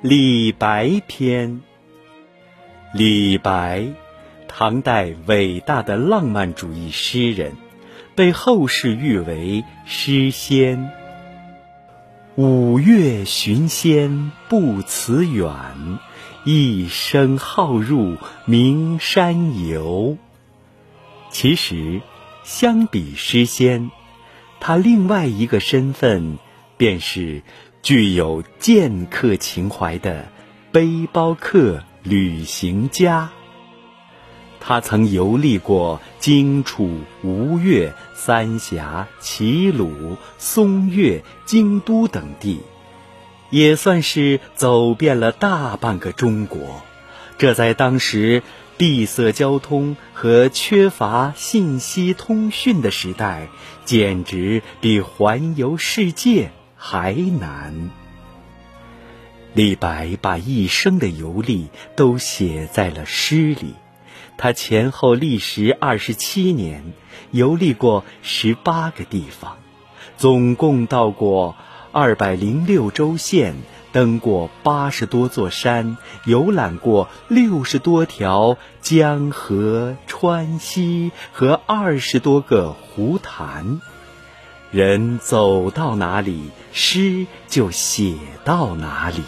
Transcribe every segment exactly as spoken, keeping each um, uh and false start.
李白篇。李白，唐代伟大的浪漫主义诗人，被后世誉为诗仙。五岳寻仙不辞远，一生好入名山游。其实，相比诗仙，他另外一个身份便是具有剑客情怀的背包客旅行家。他曾游历过荆楚、吴越、三峡、齐鲁、松岳、京都等地，也算是走遍了大半个中国。这在当时闭塞交通和缺乏信息通讯的时代，简直比环游世界还难。李白把一生的游历都写在了诗里，他前后历时二十七年，游历过十八个地方，总共到过二百零六州县，登过八十多座山，游览过六十多条江河川溪和二十多个湖潭。人走到哪里，诗就写到哪里。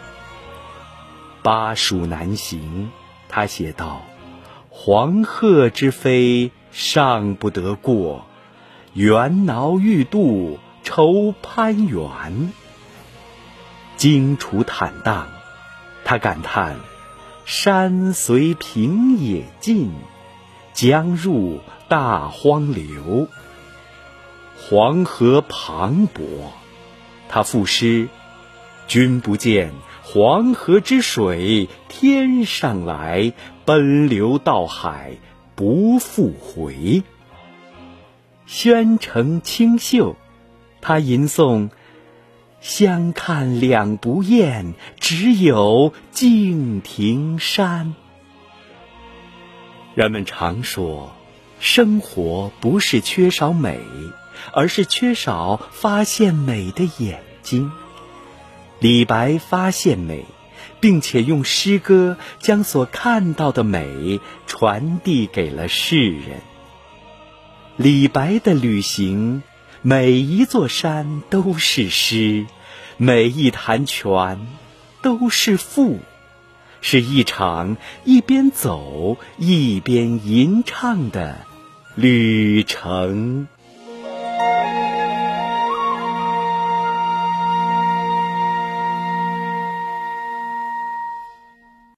巴蜀南行，他写道：黄鹤之飞尚不得过，猿猱欲度愁攀援。荆楚坦荡，他感叹山随平野尽，江入大荒流。黄河磅礴，他赋诗：君不见黄河之水天上来，奔流到海不复回。宣城清秀，他吟诵：相看两不厌，只有敬亭山。人们常说，生活不是缺少美，而是缺少发现美的眼睛。李白发现美，并且用诗歌将所看到的美传递给了世人。李白的旅行，每一座山都是诗，每一潭泉都是赋，是一场一边走一边吟唱的旅程。